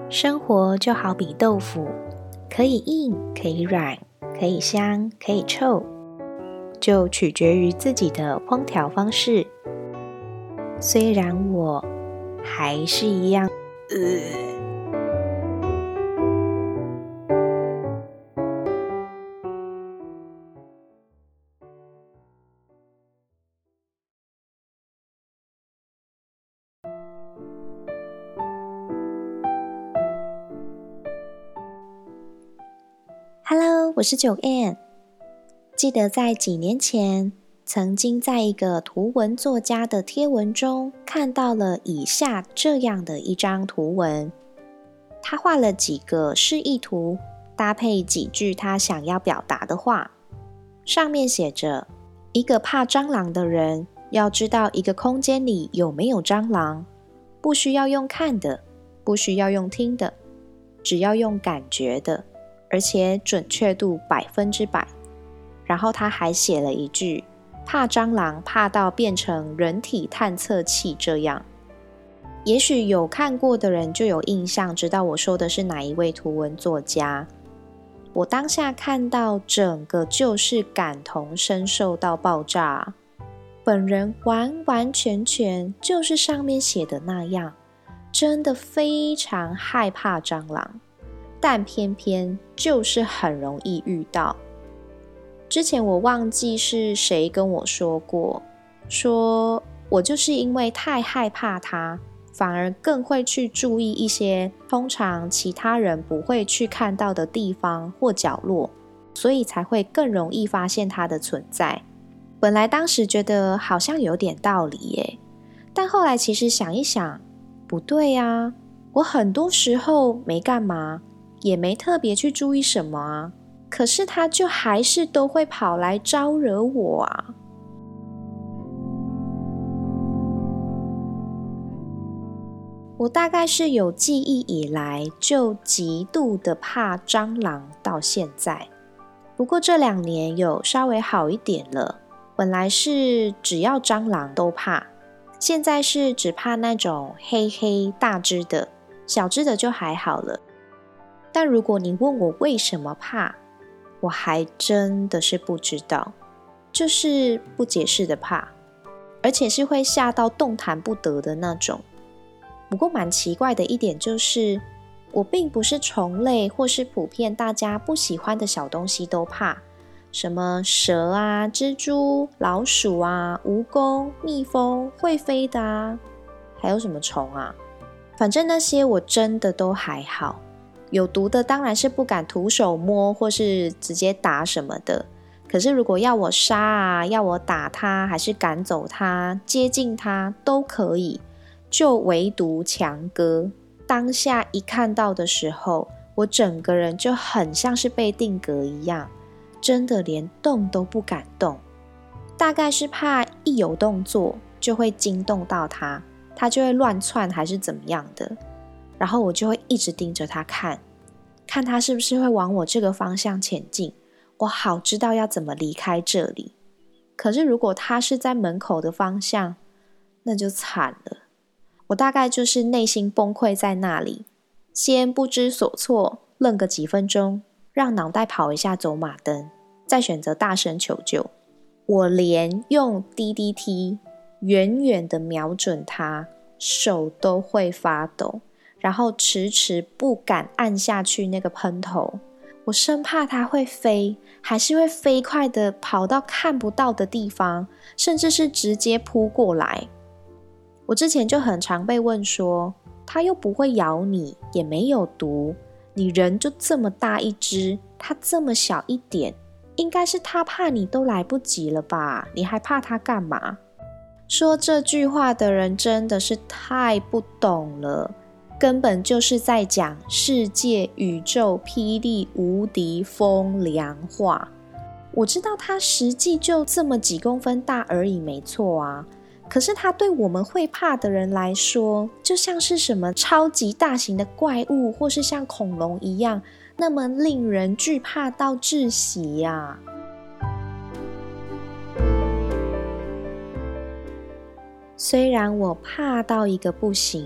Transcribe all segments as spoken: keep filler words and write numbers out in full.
生活就好比豆腐，可以硬，可以软，可以香，可以臭，就取决于自己的烹调方式。虽然我还是一样，呃。Hello， 我是九 Ann。记得在几年前，曾经在一个图文作家的贴文中看到了以下这样的一张图文。他画了几个示意图，搭配几句他想要表达的话。上面写着：一个怕蟑螂的人，要知道一个空间里有没有蟑螂，不需要用看的，不需要用听的，只要用感觉的。而且准确度百分之百。然后他还写了一句：怕蟑螂怕到变成人体探测器这样。也许有看过的人就有印象，知道我说的是哪一位图文作家。我当下看到整个就是感同身受到爆炸。本人完完全全就是上面写的那样，真的非常害怕蟑螂。但偏偏就是很容易遇到。之前我忘记是谁跟我说过，说我就是因为太害怕它，反而更会去注意一些通常其他人不会去看到的地方或角落，所以才会更容易发现它的存在。本来当时觉得好像有点道理耶，但后来其实想一想，不对啊，我很多时候没干嘛，也没特别去注意什么啊，可是他就还是都会跑来招惹我啊。我大概是有记忆以来就极度的怕蟑螂到现在，不过这两年有稍微好一点了。本来是只要蟑螂都怕，现在是只怕那种黑黑大只的，小只的就还好了。但如果你问我为什么怕，我还真的是不知道，就是不解释的怕，而且是会吓到动弹不得的那种。不过蛮奇怪的一点就是，我并不是虫类或是普遍大家不喜欢的小东西都怕，什么蛇啊、蜘蛛、老鼠啊、蜈蚣、蜜蜂、会飞的啊，还有什么虫啊，反正那些我真的都还好。有毒的当然是不敢徒手摸或是直接打什么的，可是如果要我杀啊，要我打它还是赶走它，接近它都可以，就唯独强哥。当下一看到的时候，我整个人就很像是被定格一样，真的连动都不敢动。大概是怕一有动作就会惊动到它，它就会乱窜还是怎么样的，然后我就会一直盯着他看，看他是不是会往我这个方向前进，我好知道要怎么离开这里。可是如果他是在门口的方向，那就惨了。我大概就是内心崩溃在那里，先不知所措，愣个几分钟，让脑袋跑一下走马灯，再选择大声求救。我连用 D D T 远远的瞄准他，手都会发抖，然后迟迟不敢按下去那个喷头。我生怕它会飞，还是会飞快的跑到看不到的地方，甚至是直接扑过来。我之前就很常被问说，它又不会咬你，也没有毒，你人就这么大一只，它这么小一点，应该是它怕你都来不及了吧，你还怕它干嘛？说这句话的人真的是太不懂了，根本就是在讲世界宇宙霹雳无敌风凉话。我知道它实际就这么几公分大而已，没错啊，可是它对我们会怕的人来说，就像是什么超级大型的怪物，或是像恐龙一样，那么令人惧怕到窒息呀。虽然我怕到一个不行，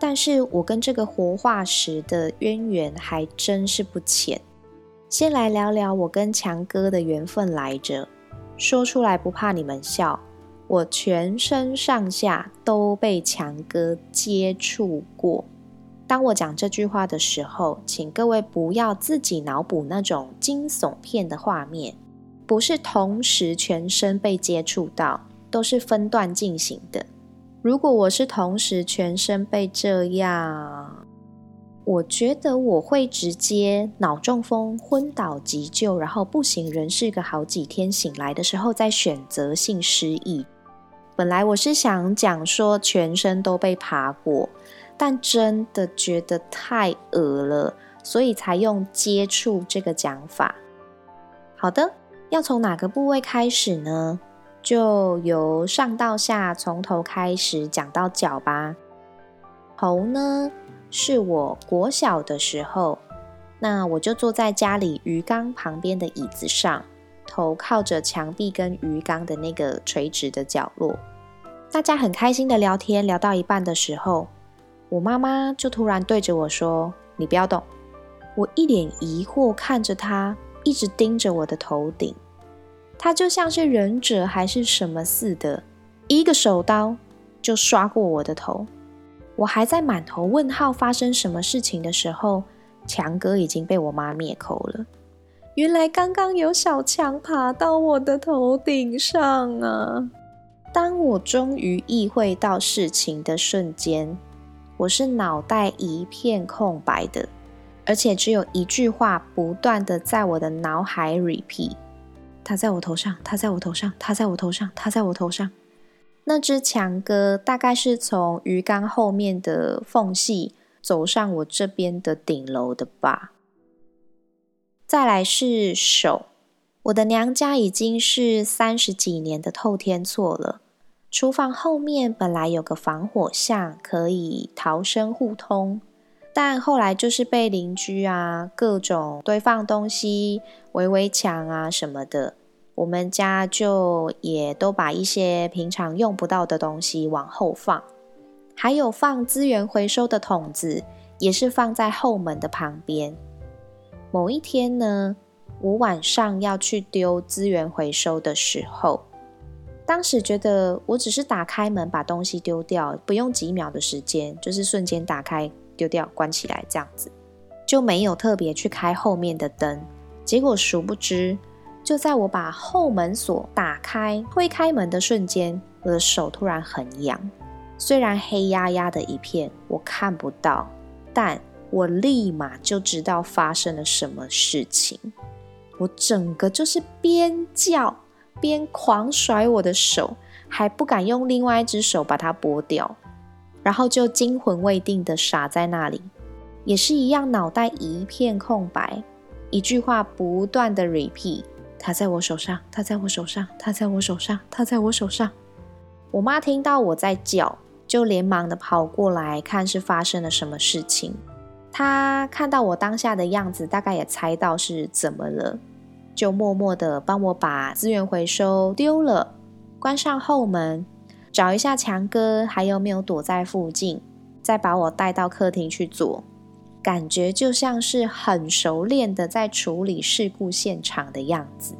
但是我跟这个活化石的渊源还真是不浅。先来聊聊我跟强哥的缘分来着，说出来不怕你们笑，我全身上下都被强哥接触过。当我讲这句话的时候，请各位不要自己脑补那种惊悚片的画面，不是同时全身被接触到，都是分段进行的。如果我是同时全身被这样，我觉得我会直接脑中风昏倒急救，然后不省人事个好几天，醒来的时候再选择性失忆。本来我是想讲说全身都被爬过，但真的觉得太恶了，所以才用接触这个讲法。好的，要从哪个部位开始呢？就由上到下从头开始讲到脚吧。头呢，是我国小的时候，那我就坐在家里鱼缸旁边的椅子上，头靠着墙壁跟鱼缸的那个垂直的角落。大家很开心的聊天，聊到一半的时候，我妈妈就突然对着我说：“你不要动。”我一脸疑惑看着她，一直盯着我的头顶。她就像是忍者还是什么似的，一个手刀就刷过我的头。我还在满头问号发生什么事情的时候，强哥已经被我妈灭口了。原来刚刚有小强爬到我的头顶上啊！当我终于意会到事情的瞬间，我是脑袋一片空白的，而且只有一句话不断的在我的脑海 repeat： 他在我头上，他在我头上，他在我头上，他在我头上。那只强哥大概是从鱼缸后面的缝隙走上我这边的顶楼的吧。再来是手，我的娘家已经是三十几年的透天厝了，厨房后面本来有个防火巷可以逃生互通，但后来就是被邻居啊各种堆放东西、围围墙啊什么的，我们家就也都把一些平常用不到的东西往后放，还有放资源回收的桶子也是放在后门的旁边。某一天呢，我晚上要去丢资源回收的时候，当时觉得我只是打开门把东西丢掉，不用几秒的时间，就是瞬间打开丢掉关起来这样子，就没有特别去开后面的灯。结果殊不知，就在我把后门锁打开推开门的瞬间，我的手突然很痒，虽然黑压压的一片我看不到，但我立马就知道发生了什么事情。我整个就是边叫边狂甩我的手，还不敢用另外一只手把它拨掉，然后就惊魂未定的傻在那里，也是一样脑袋一片空白，一句话不断的 repeat： 他在我手上，他在我手上，他在我手上，他在我手上。我妈听到我在叫，就连忙的跑过来看是发生了什么事情。她看到我当下的样子，大概也猜到是怎么了，就默默的帮我把资源回收丢了，关上后门，找一下强哥还有没有躲在附近，再把我带到客厅去做，感觉就像是很熟练的在处理事故现场的样子。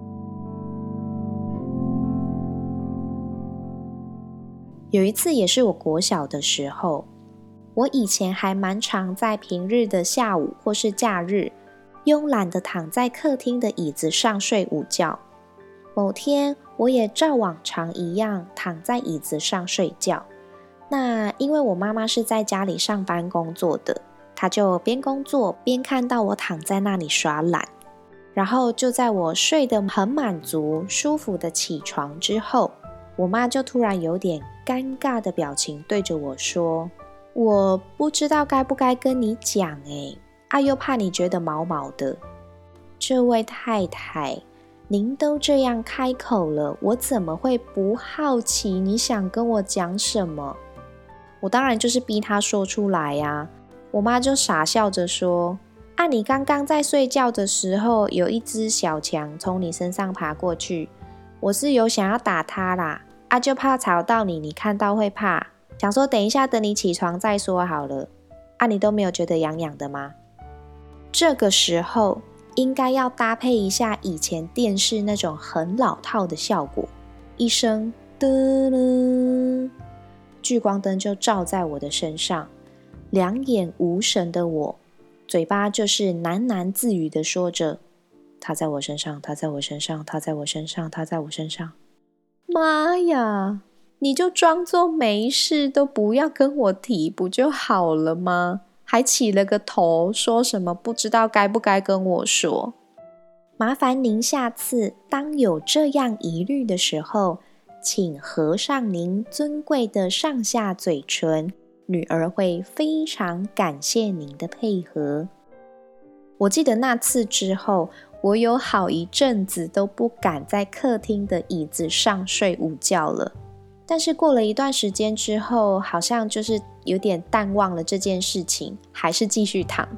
有一次也是我国小的时候，我以前还蛮常在平日的下午或是假日慵懒的躺在客厅的椅子上睡午觉。某天我也照往常一样躺在椅子上睡觉，那因为我妈妈是在家里上班工作的，她就边工作边看到我躺在那里耍懒，然后就在我睡得很满足舒服的起床之后，我妈就突然有点尴尬的表情对着我说：我不知道该不该跟你讲诶，啊又怕你觉得毛毛的。这位太太，您都这样开口了，我怎么会不好奇你想跟我讲什么？我当然就是逼她说出来啊。我妈就傻笑着说：啊你刚刚在睡觉的时候，有一只小强从你身上爬过去，我是有想要打它啦，啊就怕吵到你，你看到会怕， 想说等一下等你起床再说好了。啊，你都没有觉得痒痒的吗？这个时候应该要搭配一下以前电视那种很老套的效果，一声噔了，聚光灯就照在我的身上，两眼无神的我，嘴巴就是喃喃自语的说着，他在我身上，他在我身上，他在我身上，他在我身上。妈呀，你就装作没事，都不要跟我提不就好了吗？还起了个头，说什么不知道该不该跟我说。麻烦您下次当有这样疑虑的时候，请合上您尊贵的上下嘴唇，女儿会非常感谢您的配合。我记得那次之后，我有好一阵子都不敢在客厅的椅子上睡午觉了。但是过了一段时间之后，好像就是有点淡忘了这件事情，还是继续躺。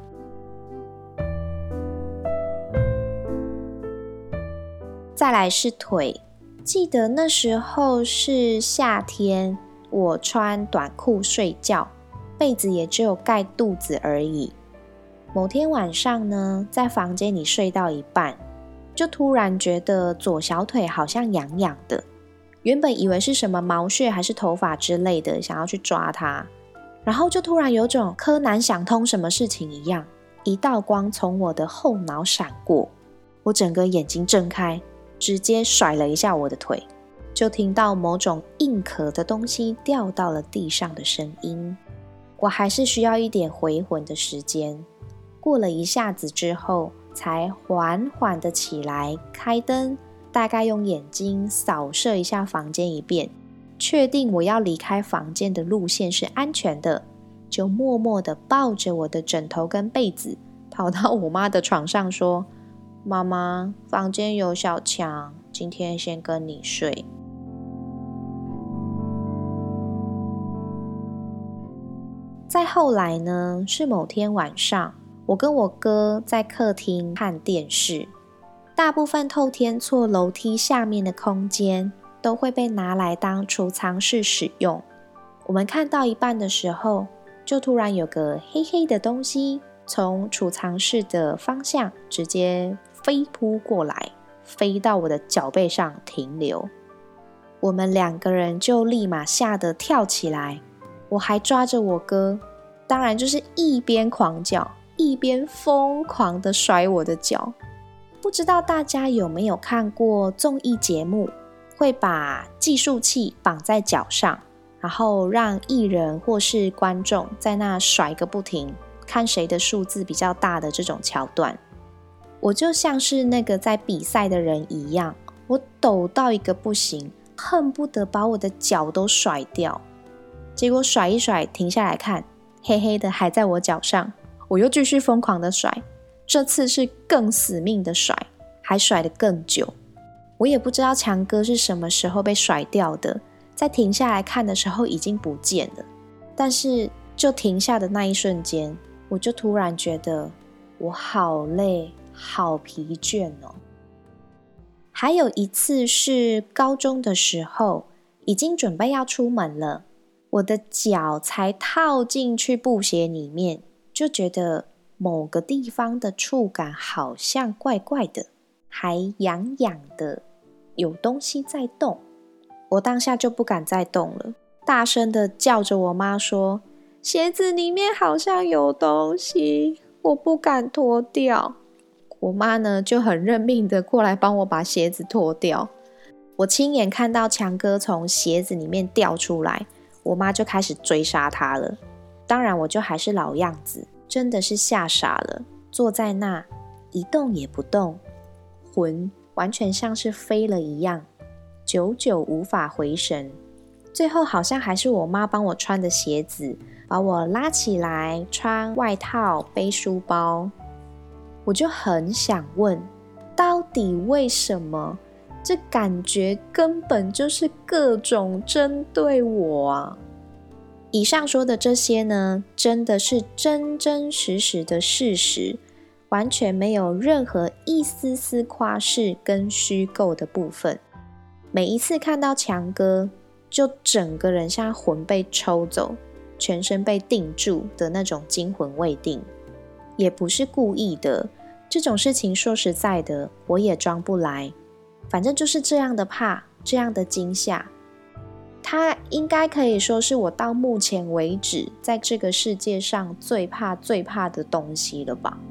再来是腿，记得那时候是夏天，我穿短裤睡觉，被子也只有盖肚子而已。某天晚上呢，在房间里睡到一半，就突然觉得左小腿好像痒痒的，原本以为是什么毛屑还是头发之类的，想要去抓它，然后就突然有种柯南想通什么事情一样，一道光从我的后脑闪过，我整个眼睛睁开，直接甩了一下我的腿，就听到某种硬壳的东西掉到了地上的声音。我还是需要一点回魂的时间，过了一下子之后，才缓缓的起来，开灯，大概用眼睛扫射一下房间一遍，确定我要离开房间的路线是安全的，就默默的抱着我的枕头跟被子，跑到我妈的床上说，妈妈，房间有小强，今天先跟你睡。再后来呢，是某天晚上，我跟我哥在客厅看电视，大部分透天厝楼梯下面的空间都会被拿来当储藏室使用。我们看到一半的时候，就突然有个黑黑的东西从储藏室的方向直接飞扑过来，飞到我的脚背上停留。我们两个人就立马吓得跳起来，我还抓着我哥，当然就是一边狂叫一边疯狂的甩我的脚。不知道大家有没有看过综艺节目，会把计数器绑在脚上，然后让艺人或是观众在那甩个不停，看谁的数字比较大的这种桥段。我就像是那个在比赛的人一样，我抖到一个不行，恨不得把我的脚都甩掉。结果甩一甩，停下来看，黑黑的还在我脚上，我又继续疯狂的甩，这次是更死命的甩，还甩得更久。我也不知道强哥是什么时候被甩掉的，在停下来看的时候已经不见了。但是就停下的那一瞬间，我就突然觉得我好累，好疲倦哦。还有一次是高中的时候，已经准备要出门了，我的脚才套进去布鞋里面，就觉得某个地方的触感好像怪怪的，还痒痒的，有东西在动。我当下就不敢再动了，大声的叫着我妈说，鞋子里面好像有东西，我不敢脱掉。我妈呢就很认命的过来帮我把鞋子脱掉。我亲眼看到强哥从鞋子里面掉出来，我妈就开始追杀他了。当然我就还是老样子，真的是吓傻了，坐在那一动也不动，魂完全像是飞了一样，久久无法回神。最后好像还是我妈帮我穿的鞋子，把我拉起来，穿外套，背书包。我就很想问，到底为什么？这感觉根本就是各种针对我啊！以上说的这些呢，真的是真真实实的事实，完全没有任何一丝丝夸饰跟虚构的部分。每一次看到强哥， 就整个人像魂被抽走，全身被定住的那种惊魂未定。也不是故意的，这种事情说实在的，我也装不来。反正就是这样的怕，这样的惊吓，它应该可以说是我到目前为止在这个世界上最怕最怕的东西了吧。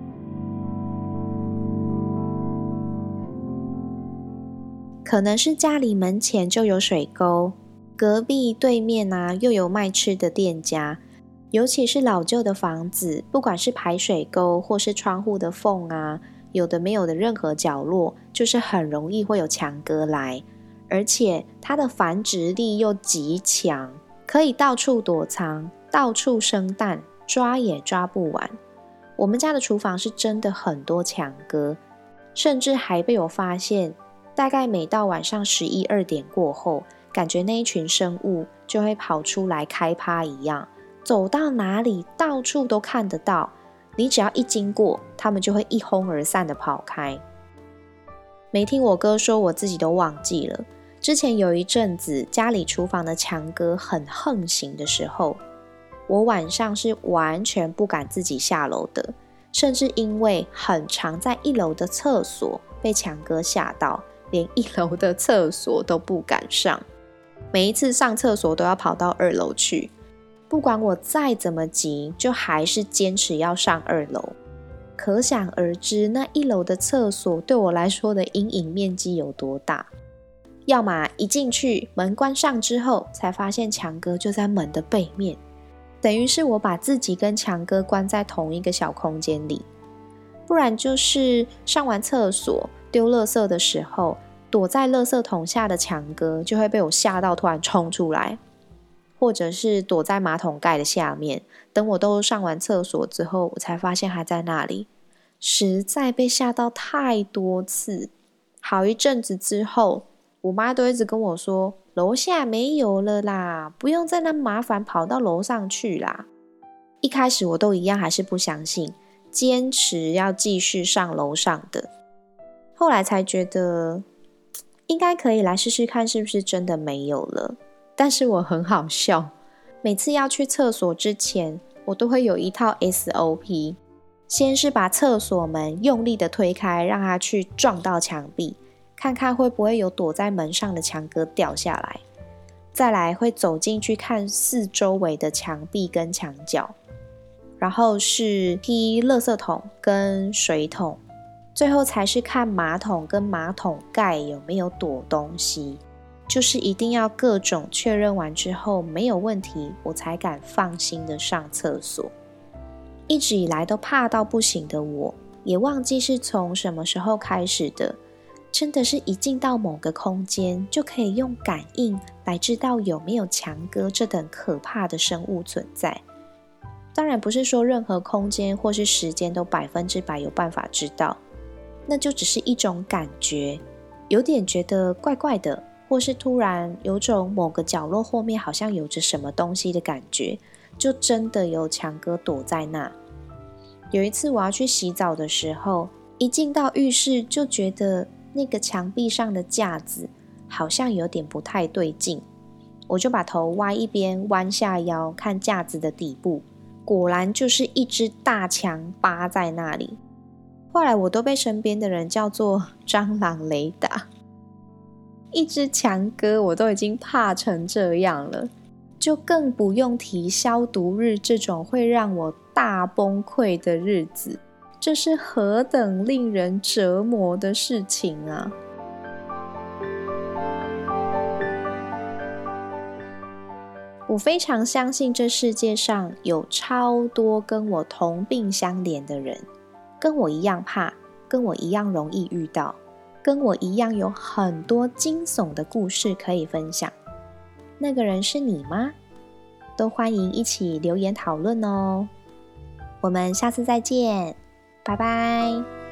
可能是家里门前就有水沟，隔壁对面啊又有卖吃的店家，尤其是老旧的房子，不管是排水沟或是窗户的缝啊，有的没有的任何角落，就是很容易会有强哥来，而且它的繁殖力又极强，可以到处躲藏，到处生蛋，抓也抓不完。我们家的厨房是真的很多强哥，甚至还被我发现，大概每到晚上十一二点过后，感觉那一群生物就会跑出来开趴一样，走到哪里到处都看得到，你只要一经过，他们就会一哄而散的跑开。没听我哥说，我自己都忘记了。之前有一阵子家里厨房的强哥很横行的时候，我晚上是完全不敢自己下楼的，甚至因为很常在一楼的厕所被强哥吓到，连一楼的厕所都不敢上。每一次上厕所都要跑到二楼去，不管我再怎么急，就还是坚持要上二楼。可想而知，那一楼的厕所对我来说的阴影面积有多大。要么一进去，门关上之后，才发现强哥就在门的背面，等于是我把自己跟强哥关在同一个小空间里。不然就是上完厕所丢垃圾的时候，躲在垃圾桶下的强哥就会被我吓到突然冲出来，或者是躲在马桶盖的下面，等我都上完厕所之后，我才发现还在那里。实在被吓到太多次，好一阵子之后，我妈都一直跟我说，楼下没有了啦，不用再那麻烦跑到楼上去啦。一开始我都一样还是不相信，坚持要继续上楼上的。后来才觉得应该可以来试试看是不是真的没有了。但是我很好笑，每次要去厕所之前，我都会有一套 S O P。 先是把厕所门用力的推开，让它去撞到墙壁，看看会不会有躲在门上的强哥掉下来。再来会走进去看四周围的墙壁跟墙角，然后是踢垃圾桶跟水桶，最后才是看马桶跟马桶盖有没有躲东西。就是一定要各种确认完之后没有问题，我才敢放心的上厕所。一直以来都怕到不行的我，也忘记是从什么时候开始的，真的是一进到某个空间，就可以用感应来知道有没有强哥这等可怕的生物存在。当然不是说任何空间或是时间都百分之百有办法知道，那就只是一种感觉，有点觉得怪怪的，或是突然有种某个角落后面好像有着什么东西的感觉，就真的有强哥躲在那。有一次我要去洗澡的时候，一进到浴室就觉得那个墙壁上的架子好像有点不太对劲，我就把头歪一边，弯下腰看架子的底部，果然就是一只大强扒在那里。后来我都被身边的人叫做蟑螂雷达。一只强哥我都已经怕成这样了，就更不用提消毒日这种会让我大崩溃的日子，这是何等令人折磨的事情啊！我非常相信这世界上有超多跟我同病相怜的人，跟我一样怕，跟我一样容易遇到，跟我一样有很多惊悚的故事可以分享。那个人是你吗？都欢迎一起留言讨论哦。我们下次再见，拜拜。